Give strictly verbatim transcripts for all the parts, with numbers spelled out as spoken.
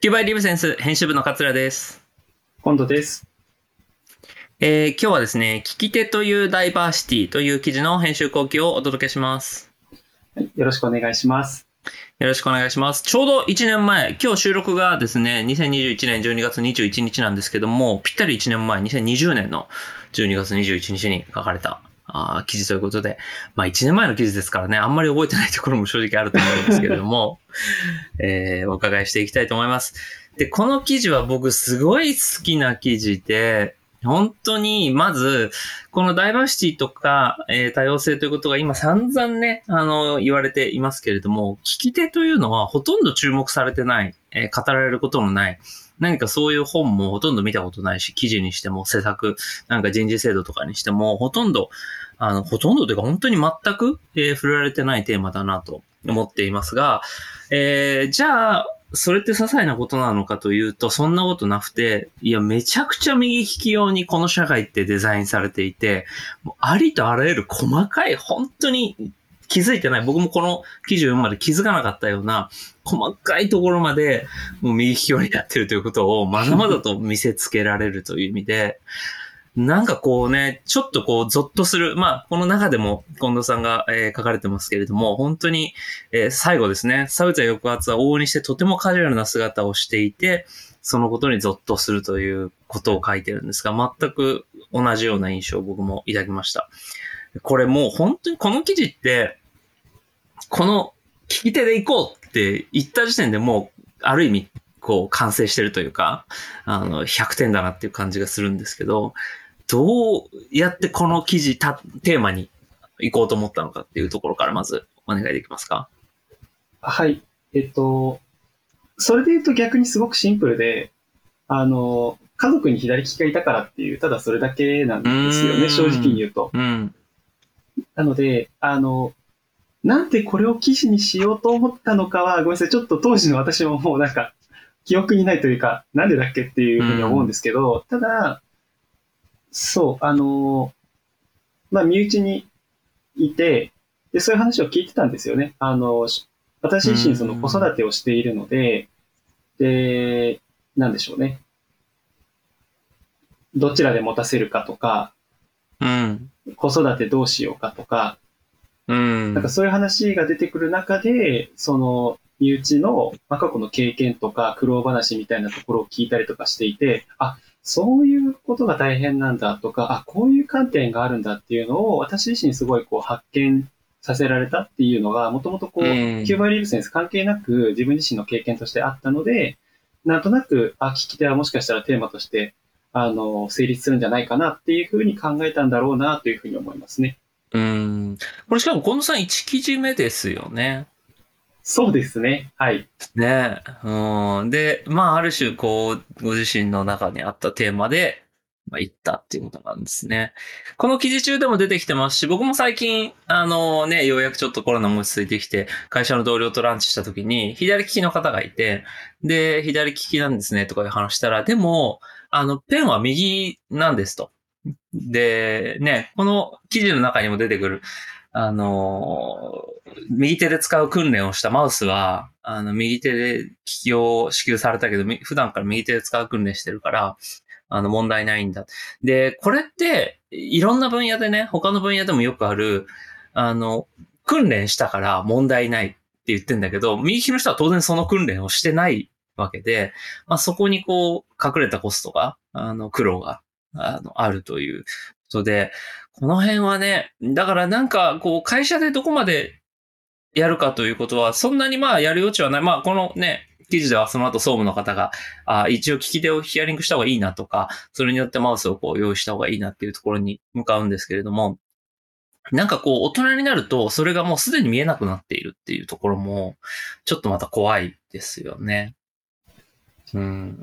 キューバイリブセンス編集部の桂です。 今度です。 えー、今日はですね、聞き手というダイバーシティという記事の編集後期をお届けします。 はい、よろしくお願いします。 よろしくお願いします。ちょうどいちねんまえ、今日収録がですね、にせんにじゅういちねんじゅうにがつにじゅういちにちなんですけども、ぴったりいちねんまえ、にせんにじゅうねんのじゅうにがつにじゅういちにちに書かれたあ記事ということで、まあいちねんまえの記事ですからね、あんまり覚えてないところも正直あると思うんですけれども、えー、お伺いしていきたいと思います。で、この記事は僕すごい好きな記事で、本当に、まず、このダイバーシティとか、えー、多様性ということが今散々ね、あの、言われていますけれども、聞き手というのはほとんど注目されてない、えー、語られることのない、何かそういう本もほとんど見たことないし、記事にしても施策、なんか人事制度とかにしても、ほとんど、あの、ほとんどというか本当に全く、えー、触れられてないテーマだなと思っていますが、えー、じゃあ、それって些細なことなのかというと、そんなことなくて、いや、めちゃくちゃ右利き用にこの社会ってデザインされていて、もうありとあらゆる細かい、本当に気づいてない、僕もこの記事を読むまで気づかなかったような、細かいところまで、もう右利き用になってるということを、まざまざと見せつけられるという意味で、なんかこうね、ちょっとこうゾッとする。まあ、この中でも近藤さんが、えー書かれてますけれども、本当に、えー最後ですね、サウザ抑圧は往々にしてとてもカジュアルな姿をしていて、そのことにゾッとするということを書いてるんですが、全く同じような印象を僕も抱きました。これもう本当にこの記事って、この聞き手で行こうって言った時点でもう、ある意味、こう完成してるというか、あの、ひゃくてんだなっていう感じがするんですけど、どうやってこの記事た、テーマに行こうと思ったのかっていうところからまずお願いできますか？ はい。えっと、それで言うと逆にすごくシンプルで、あの、家族に左利きがいたからっていう、ただそれだけなうんですよね、正直ーん。 に言うと。 うん。 なので、あの、なんでこれを記事にしようと思ったのかは、ごめんなさい、ちょっと当時の私ももうなんか、記憶にないというか、なんでだっけっていううふうに思うんでん。 すけど、ただ、そう、あの、まあ、身内にいて、で、そういう話を聞いてたんですよね。あの、 う私自身その子ん。 育てをしているので、で、なんでしょうね。どちらで持たせるかとか、 うん。 子育てどうしようかとか、 うん。 なんかそういう話が出てくる中で、その、身内の、まあ、過去の経験とか苦労話みたいなところを聞いたりとかしていて、あ、そういうことが大変なんだとか、あ、こういう観点があるんだっていうのを私自身すごいこう発見させられたっていうのが、もともとうこう、キューん。 バリーブセンス関係なく自分自身の経験としてあったので、なんとなく、あ、聞き手はもしかしたらテーマとして、あの、成立するんじゃないかなっていうふうに考えたんだろうなというふうに思いますね。 うん。これしかも近藤さんいち記事目ですよね。 そうですね。はい。 ねえ。うん。で、まあ、ある種、こう、ご自身の中にあったテーマで、まあ、言ったっていうことなんですね。この記事中でも出てきてますし、僕も最近、あのね、ようやくちょっとコロナも落ち着いてきて、会社の同僚とランチした時に、左利きの方がいて、で、左利きなんですね、とかいう話したら、でも、あの、ペンは右なんですと。で、ね、この記事の中にも出てくる、あの、右手で使う訓練をしたマウスは、あの、右手で利きを支給されたけど、普段から右手で使う訓練してるから、あの、問題ないんだ。で、これって、いろんな分野でね、他の分野でもよくある、あの、訓練したから問題ないって言ってんだけど、右利きの人は当然その訓練をしてないわけで、まあ、そこにこう、隠れたコストが、あの、苦労が、あの、あるということで、この辺はね、だからなんか、こう、会社でどこまでやるかということは、そんなにまあやる余地はない。まあ、このね、記事ではその後総務の方が、あ一応聞き手をヒアリングした方がいいなとか、それによってマウスをこう用意した方がいいなっていうところに向かうんですけれども、なんかこう、大人になると、それがもうすでに見えなくなっているっていうところも、ちょっとまた怖いですよね。うん。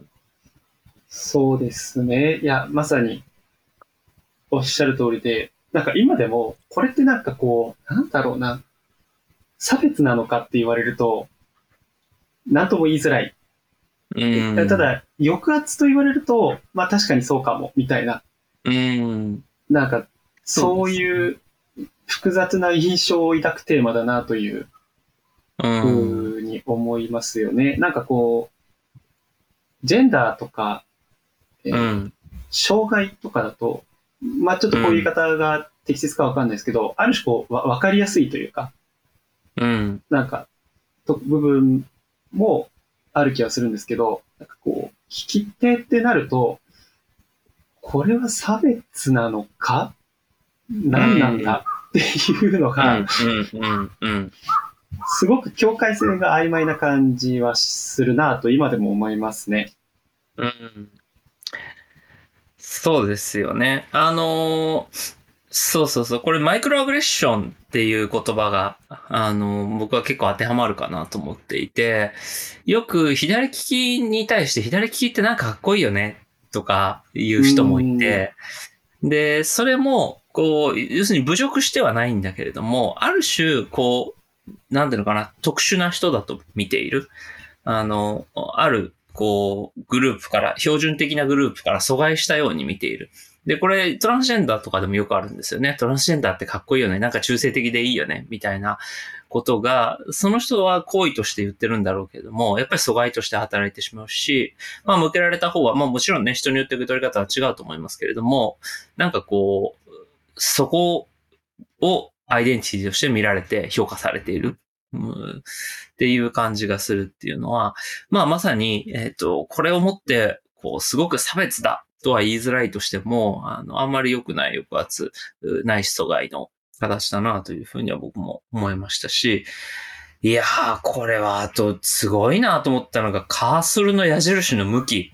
そうですね。いや、まさにおっしゃる通りで、なんか今でも、これってなんかこう、なんだろうな、差別なのかって言われると、なんとも言いづらい。 うん。 ただ、抑圧と言われると、まあ確かにそうかも、みたいな。 うん。 なんか、 そうでそうすね。 いう複雑な印象を抱くテーマだなといううふん。 うに思いますよね。なんかこう、 ジェンダーとか、えーうん。 障害とかだと、まあちょっとこういう言い方が適切かわかんないですけど、ある種こう、わ、わかりやすいというか、 うん。 なんか、と部分もある気はするんですけど、なんかこう、引き手ってなると、これは差別なのかう何なんん。 だっていうのうん。 が、 うん。うん。うん。 すごく境界線が曖昧な感じはするなと今でも思いますね。 うん。そうですよね。あのーそうそうそう。これマイクロアグレッションっていう言葉が、あのー僕は結構当てはまるかなと思っていて、よく左利きに対して左利きってなんかかっこいいよねとか言ううー人もいん。 て、で、それも、こう、要するに侮辱してはないんだけれども、ある種、こう、なんていうのかな、特殊な人だと見ている。あの、ある、こう、グループから、標準的なグループから阻害したように見ている。で、これ、トランスジェンダーとかでもよくあるんですよね。トランスジェンダーってかっこいいよね。なんか中性的でいいよね。みたいなことが、その人は行為として言ってるんだろうけれども、やっぱり阻害として働いてしまうし、まあ、向けられた方は、まあもちろんね、人によって受け取り方は違うと思いますけれども、なんかこう、そこをアイデンティティとして見られて評価されている。うん、っていう感じがするっていうのは、まあまさに、えっと、これをもって、こう、すごく差別だとは言いづらいとしても、あの、あんまり良くない抑圧、ないし阻害の形だなというふうには僕も思いましたし、いやー、これは、あと、すごいなと思ったのが、カーソルの矢印の向き。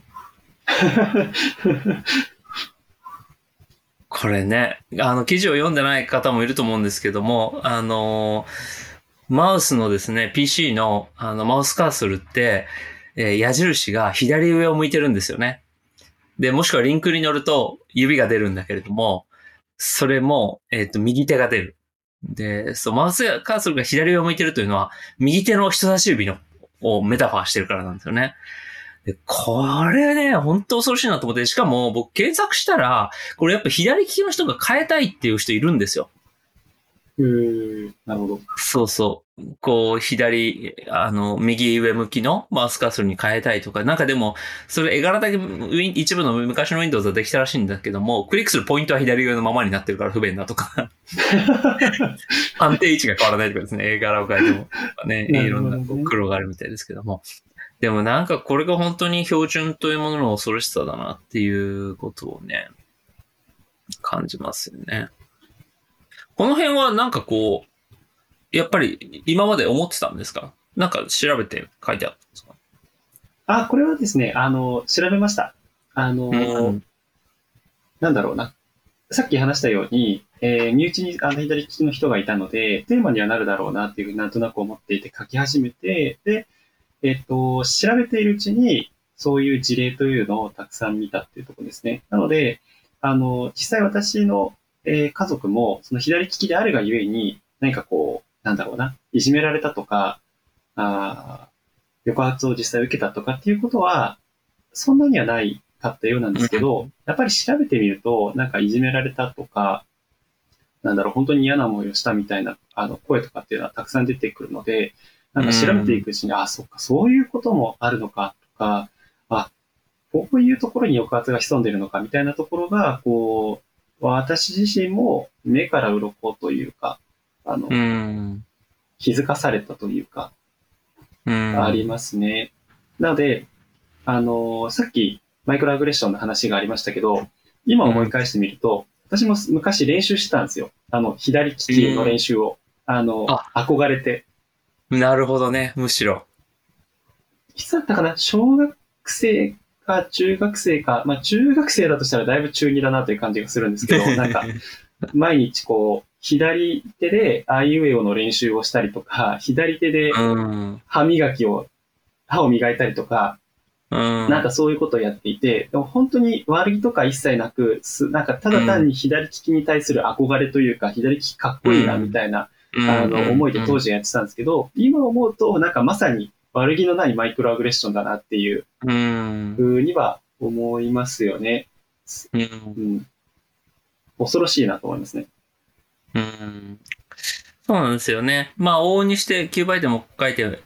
これね、あの、記事を読んでない方もいると思うんですけども、あのマウスのですね、ピーシー の、あの、マウスカーソルって、えー矢印が左上を向いてるんですよね。で、もしくはリンクに乗ると指が出るんだけれども、それも、えっと、右手が出る。で、そう、マウスカーソルが左上を向いてるというのは、右手の人差し指の、をメタファーしてるからなんですよね。で、これね、本当恐ろしいなと思って、しかも僕検索したら、これやっぱ左利きの人が変えたいっていう人いるんですよ。 うーん、なるほど。 そうそう。こう、左、あの、右上向きのマウスカーソルに変えたいとか、なんかでも、それ絵柄だけウィン一部の昔の Windows はできたらしいんだけども、クリックするポイントは左上のままになってるから不便だとか、判定位置が変わらないとかですね、絵柄を変えても、ね、 なるいろんなこうほどね。 苦労があるみたいですけども。でもなんかこれが本当に標準というものの恐ろしさだなっていうことをね、感じますよね。この辺はなんかこう、やっぱり今まで思ってたんですか？なんか調べて書いてあったんですか？ あ、これはですね、あの、調べました。あの、 うん。 なんだろうな。さっき話したように、えー身内にあの左利きの人がいたので、テーマにはなるだろうなっていうふうになんとなく思っていて書き始めて、で、えっと、調べているうちに、そういう事例というのをたくさん見たっていうところですね。なので、あの、実際私の、えー家族も、その左利きであるがゆえに、何かこう、なんだろうな、いじめられたとか、あー抑圧を実際受けたとかっていうことは、そんなにはないかったようなんですけど、やっぱり調べてみると、なんかいじめられたとか、なんだろう、本当に嫌な思いをしたみたいな、あの、声とかっていうのはたくさん出てくるので、なうんか調べていん。 くうちに、あ、そっか、そういうこともあるのか、とか、あ、こういうところに抑圧が潜んでいるのか、みたいなところが、こう、私自身も目から鱗というか、あうの、 ん。 気づかされたというか、 うん。 ありますね。なので、あの、さっきマイクロアグレッションの話がありましたけど、今うん。 思い返してみると、私も昔練習してたんですよ。あの、左利うきの練ん。 習を。あの、 あ、 憧れて。 なるほどね。むしろ。 いつだったかな小学生か中学生か、まあ中学生だとしたらだいぶ中二だなという感じがするんですけど、なんか、毎日こう、左手であいうえおの練習をしたりとか、左手でうん。 歯磨きを、歯を磨いたりとか、 うん。 なんかそういうことをやっていて、でも本当に悪気とか一切なく、すなんかただ単うん。 に左利きに対する憧れというか、左利きかっこいいなみうん。 たいな、 うん。 あの、思いうん。 で当時やってたんですけど、今思うと、なんかまさに悪気のないマイクロアグレッションだなっていううん。 ふうには思いますよね。 うん。 うん。恐ろしいなと思いますね。 うん。そうなんですよね。まあ、往々にしてきゅうばいでも書いて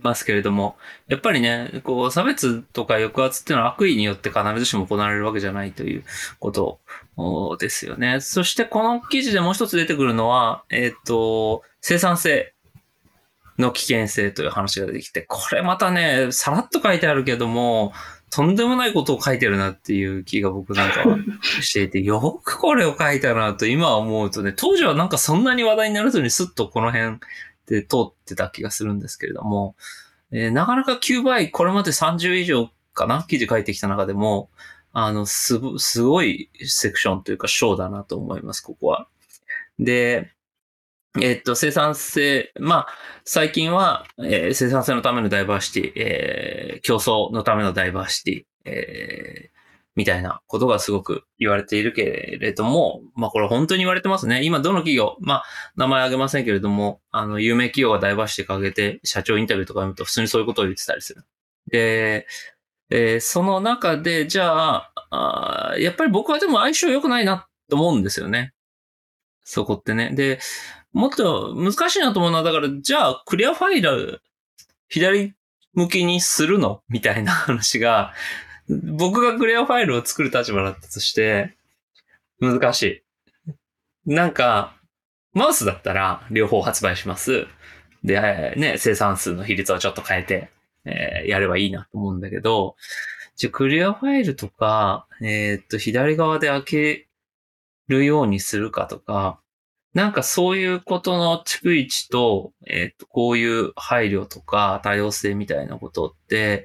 ますけれども、やっぱりね、こう、差別とか抑圧っていうのは悪意によって必ずしも行われるわけじゃないということですよね。そしてこの記事でもう一つ出てくるのは、えっと、生産性の危険性という話が出てきて、これまたね、さらっと書いてあるけども、とんでもないことを書いてるなっていう気が僕なんかはしていて、よくこれを書いたなと今思うとね、当時はなんかそんなに話題にならずにスッとこの辺で通ってた気がするんですけれども、えーなかなかきゅうばい、これまでさんじゅう以上かな記事書いてきた中でも、あの、すご、すごいセクションというか章だなと思います、ここは。で、えっと、生産性、まあ、最近は、えー生産性のためのダイバーシティ、えー競争のためのダイバーシティ、えーみたいなことがすごく言われているけれども、まあこれ本当に言われてますね。今どの企業、まあ名前挙げませんけれども、あの、有名企業がダイバーシティ掲げて社長インタビューとか読むと普通にそういうことを言ってたりする。で、えーその中で、じゃああー、やっぱり僕はでも相性良くないなと思うんですよね。そこってね。で、もっと難しいなと思うのは、だから、じゃあ、クリアファイル、左向きにするのみたいな話が、僕がクリアファイルを作る立場だったとして、難しい。なんか、マウスだったら、両方発売します。で、えーね、生産数の比率をちょっと変えて、えーやればいいなと思うんだけど、じゃあクリアファイルとか、えーっと、左側で開けるようにするかとか、なんかそういうことの逐一と、えっと、こういう配慮とか多様性みたいなことって、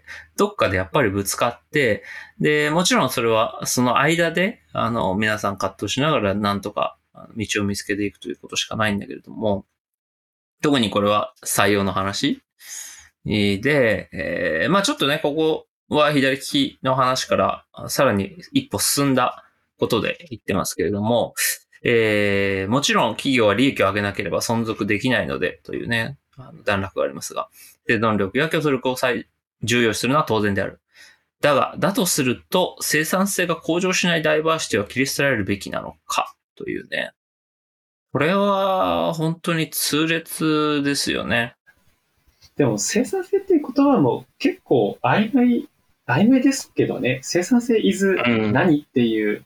どっかでやっぱりぶつかって、で、もちろんそれはその間で、あの、皆さん葛藤しながらなんとかあの道を見つけていくということしかないんだけれども、特にこれは採用の話で、えーまあちょっとね、ここは左利きの話からさらに一歩進んだことで言ってますけれども、えーもちろん企業は利益を上げなければ存続できないのでというね、あの段落がありますが、生存力や競争力を最重要視するのは当然である。だが、だとすると生産性が向上しないダイバーシティは切り捨てられるべきなのかというね。これは本当に痛烈ですよね。 でも生産性っていう言葉も結構曖昧、曖昧ですけどね、生産性 is 何っていう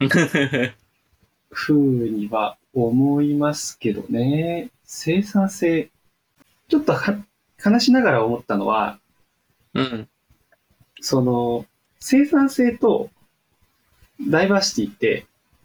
ふうには思いますけどね。生産性、ちょっとは話しながら思ったのは、 うん。 その、生産性とダイバーシティって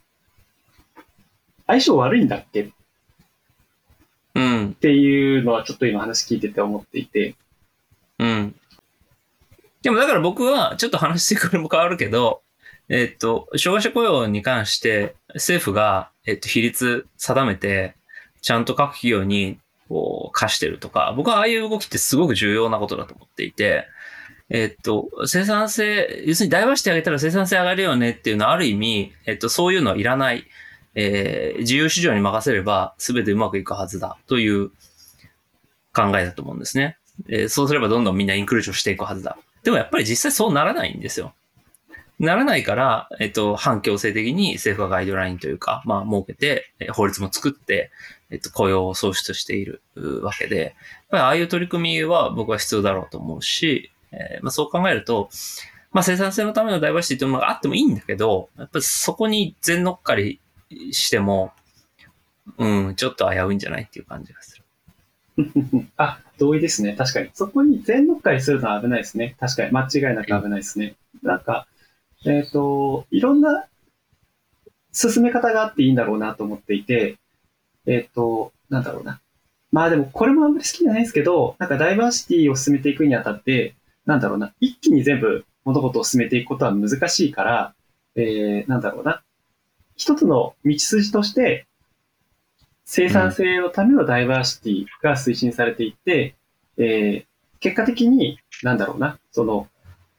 相性悪いんだっけっうん。 ていうのはちょっと今話聞いてて思っていて。 うん。でもだから僕は、ちょっと話してこれも変わるけど、えっと、障害者雇用に関して政府が、えっと、比率定めて、ちゃんと各企業にこう課してるとか、僕はああいう動きってすごく重要なことだと思っていて、えっと、生産性、要するにダイバーシティ上げたら生産性上がるよねっていうのはある意味、えっと、そういうのはいらない。えー、自由市場に任せれば全てうまくいくはずだという考えだと思うんですね。えーそうすればどんどんみんなインクルージョンしていくはずだ。でもやっぱり実際そうならないんですよ。ならないから、えっと、反強制的に政府がガイドラインというか、まあ、設けて、法律も作って、えっと、雇用を創出しているわけで、やっぱりああいう取り組みは僕は必要だろうと思うし、えーまあ、そう考えると、まあ、生産性のためのダイバーシティというものがあってもいいんだけど、やっぱりそこに全乗っかりしても、うん、ちょっと危ういんじゃないっていう感じがする。 あ、同意ですね。確かに。そこに全乗っかりするのは危ないですね。確かに。間違いなく危ないですね。なんか、えっ、と、いろんな進め方があっていいんだろうなと思っていて、えっ、と、なんだろうな。まあでも、これもあんまり好きじゃないですけど、なんかダイバーシティを進めていくにあたって、なんだろうな。一気に全部物事を進めていくことは難しいから、えー、なんだろうな。一つの道筋として、生産性のためのダイバーシティが推進されていって、えー結果的に、なんだろうな、その、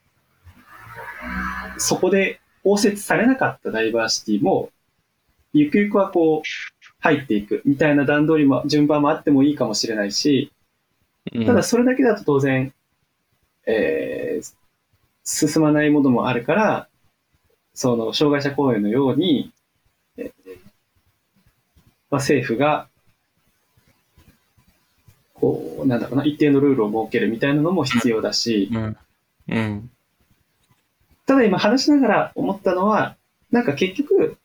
そこで包摂されなかったダイバーシティも、ゆくゆくはこう、入っていくみたいな段取りも、順番もあってもいいかもしれないし、ただそれだけだと当然、えー進まないものもあるから、その、障害者公園のように、えーまあ、政府がこう、なんだろうな、一定のルールを設けるみたいなのも必要だし、 うん。うん。 ただ今話しながら思ったのは、なんか結局、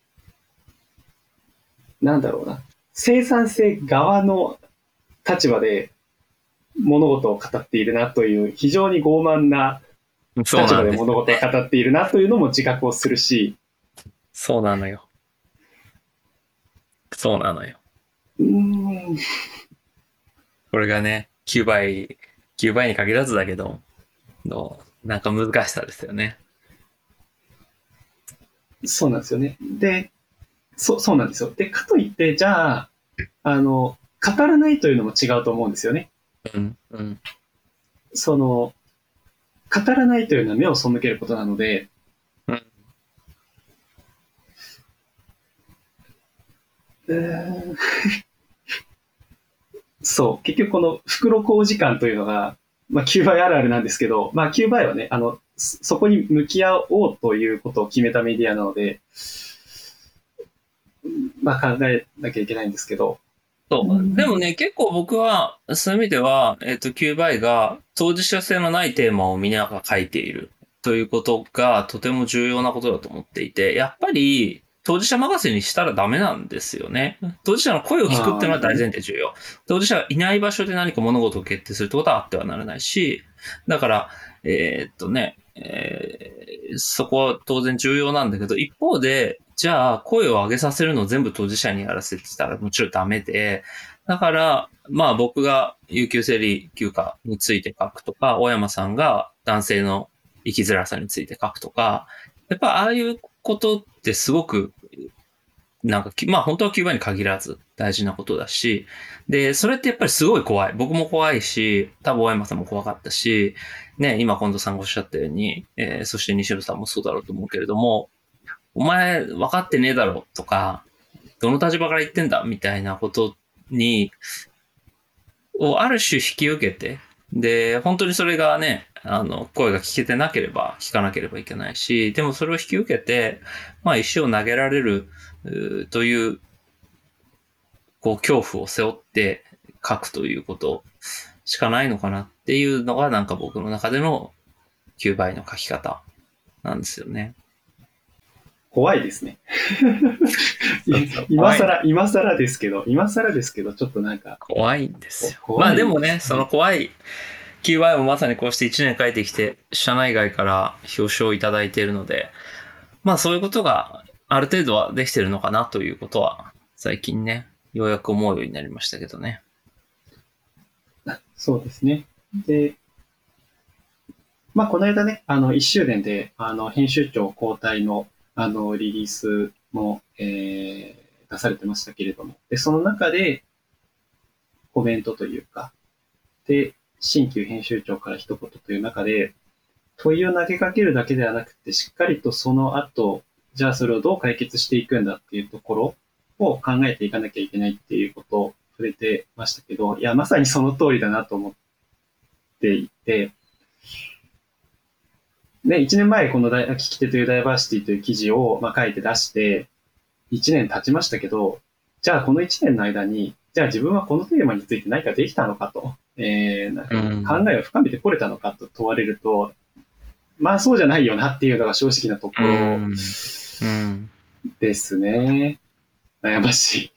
なんだろうな、生産性側の立場で物事を語っているなという、非常に傲慢なそう立場なんですよで物事をね。 語っているなというのも自覚をするし、 そうなのよ。そうなのよ。 うーん、 これがね、きゅうばい、きゅうばいに限らずだけど、の、なんか難しさですよね。 そうなんですよね。で、そそうなんですよ。で、かといって、じゃあ、あの、語らないというのも違うと思うんですよね。 うん。うん。 その、語らないというのは目を背けることなので、 うん。 うーんそう、結局この袋小路感というのが、まあ、きゅうばいあるあるなんですけど、まあ、きゅうばいはね、あの、そそこに向き合おうということを決めたメディアなので、まあ、考えなきゃいけないんですけど、うそう。でもんね、結構僕は、そういう意味では、えっと、きゅうばいが当事者性のないテーマをみんなが書いているということがとても重要なことだと思っていて、やっぱり当事者任せにしたらダメなんですよね。当事者の声を聞くっていうのは大ああ、ね。 前提重要。当事者がいない場所で何か物事を決定するってことはあってはならないし、だから、えーっとね、えーそこは当然重要なんだけど、一方で、じゃあ声を上げさせるのを全部当事者にやらせてたらもちろんダメで、だから、まあ僕が有給生理休暇について書くとか、小山さんが男性の生きづらさについて書くとか、やっぱああいうことってすごく、なんかき、まあ本当はきゅうばいに限らず大事なことだし、で、それってやっぱりすごい怖い。僕も怖いし、多分大山さんも怖かったし、ね、今近藤さんがおっしゃったように、えーそして西野さんもそうだろうと思うけれども、お前分かってねえだろとか、どの立場から言ってんだみたいなことに、をある種引き受けて、で、本当にそれがね、あの、声が聞けてなければ聞かなければいけないし、でもそれを引き受けて、まあ石を投げられる、という、こう、恐怖を背負って書くということしかないのかなっていうのがなんか僕の中でのきゅうばいの書き方なんですよね。 怖いですね。 そうそう怖い。 今更、今更ですけど、今更ですけど、ちょっとなんか、 怖いんですよ。ま怖いあでもね、そのですね。 怖い キューワイ もまさにこうしていちねん書いてきて、社内外から表彰をいただいているので、まあそういうことがある程度はできてるのかなということは、最近ね、ようやく思うようになりましたけどね。 そうですね。で、まあ、この間ね、あの、いっしゅうねんで、あの、編集長交代の、あの、リリースも、えー出されてましたけれども、で、その中で、コメントというか、で、新旧編集長から一言という中で、問いを投げかけるだけではなくて、しっかりとその後、じゃあそれをどう解決していくんだっていうところを考えていかなきゃいけないっていうことを触れてましたけど、いや、まさにその通りだなと思っていて、ね、いちねんまえこの聞き手というダイバーシティという記事を、まあ、書いて出して、いちねん経ちましたけど、じゃあこのいちねんの間に、じゃあ自分はこのテーマについて何かできたのかと、えー、なんか考えを深めてこれたのかと問われると、まあそうじゃないよなっていうのが正直なとこうろん。うん。 ですね。悩まし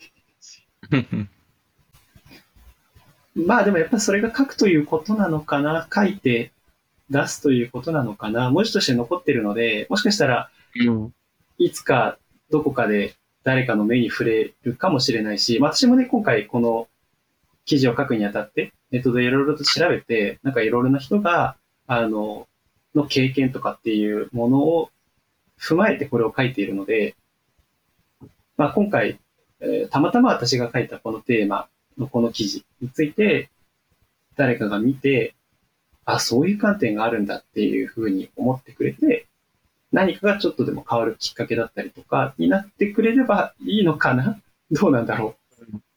い。まあでもやっぱりそれが書くということなのかな。書いて出すということなのかな。文字として残ってるので、もしかしたらうん。 いつかどこかで誰かの目に触れるかもしれないし、私もね、今回この記事を書くにあたって、ネットでいろいろと調べて、なんかいろいろな人が、あの、の経験とかっていうものを踏まえてこれを書いているので、まあ今回、えーたまたま私が書いたこのテーマのこの記事について、誰かが見て、あ、そういう観点があるんだっていうふうに思ってくれて、何かがちょっとでも変わるきっかけだったりとかになってくれればいいのかな。どうなんだろ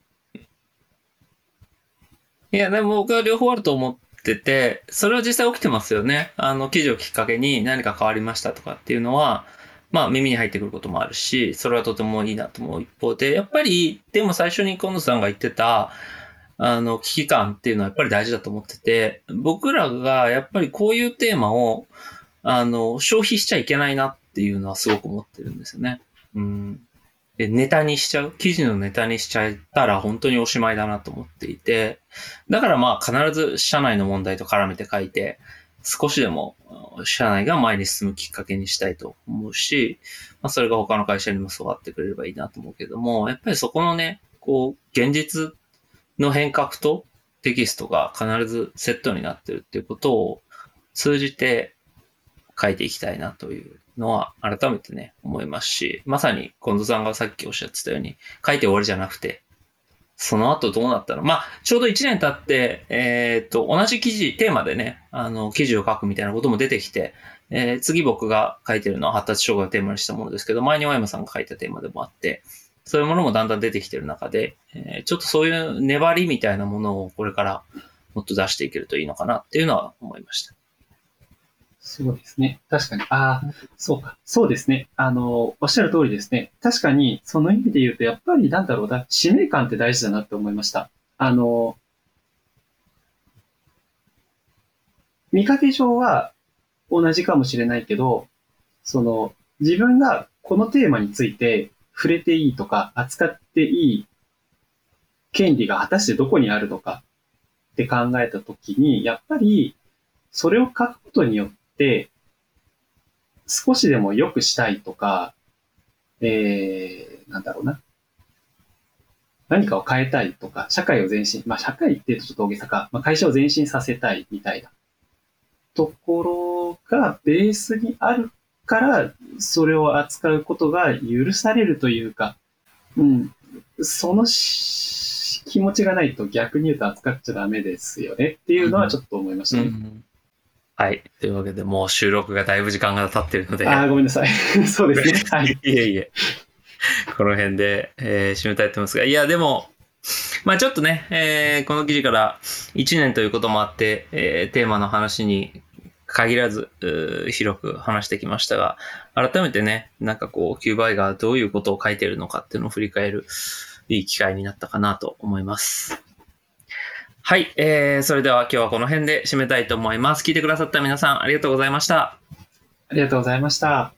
いや、でも僕は両方あると思ってて、それは実際起きてますよね。あの、記事をきっかけに何か変わりましたとかっていうのは、まあ耳に入ってくることもあるし、それはとてもいいなと思う一方で、やっぱり、でも最初に今野さんが言ってた、 あの、危機感っていうのはやっぱり大事だと思ってて、僕らがやっぱりこういうテーマを、あの、消費しちゃいけないなっていうのはすごく思ってるんですよね。うん。で、ネタにしちゃう、記事のネタにしちゃったら本当におしまいだなと思っていて、だからまあ必ず社内の問題と絡めて書いて、少しでも社内が前に進むきっかけにしたいと思うし、まあそれが他の会社にもそうあってくれればいいなと思うけども、やっぱりそこのね、こう、現実の変革とテキストが必ずセットになってるっていうことを通じて書いていきたいなというのは改めてね、思いますし、まさに近藤さんがさっきおっしゃってたように、書いて終わりじゃなくて、その後どうなったの？まあ、ちょうどいちねん経って、えっと、同じ記事、テーマでね、あの、記事を書くみたいなことも出てきて、えー、次僕が書いてるのは発達障害をテーマにしたものですけど、前に大山さんが書いたテーマでもあって、そういうものもだんだん出てきてる中で、えー、ちょっとそういう粘りみたいなものをこれからもっと出していけるといいのかなっていうのは思いました。 そうですね。確かに。ああ、そうか。そうですね。あの、おっしゃる通りですね。確かに、その意味で言うと、やっぱりなんだろうな、使命感って大事だなって思いました。あの、見かけ上は同じかもしれないけど、その、自分がこのテーマについて触れていいとか、扱っていい権利が果たしてどこにあるのかって考えたときに、やっぱり、それを書くことによって、少しでも良くしたいとか、えー、なんだろうな。何かを変えたいとか、社会を前進、まあ社会って言うとちょっと大げさか、まあ会社を前進させたいみたいなところがベースにあるから、それを扱うことが許されるというか、うん、その気持ちがないと逆に言うと扱っちゃダメですよねっていうのはちょっと思いましたね。うんうん、 はい。というわけで、もう収録がだいぶ時間が経ってるので。 ああ、ごめんなさい。そうですね。はい。 いえいえ。この辺で、えー、締めたいと思いますが、いや、でも、まあちょっとね、えー、この記事からいちねんということもあって、えー、テーマの話に限らず、広く話してきましたが、改めてね、なんかこう、キューバイがどういうことを書いているのかっていうのを振り返るいい機会になったかなと思います。はい、えー、それでは今日はこの辺で締めたいと思います。聞いてくださった皆さんありがとうございました。 ありがとうございました。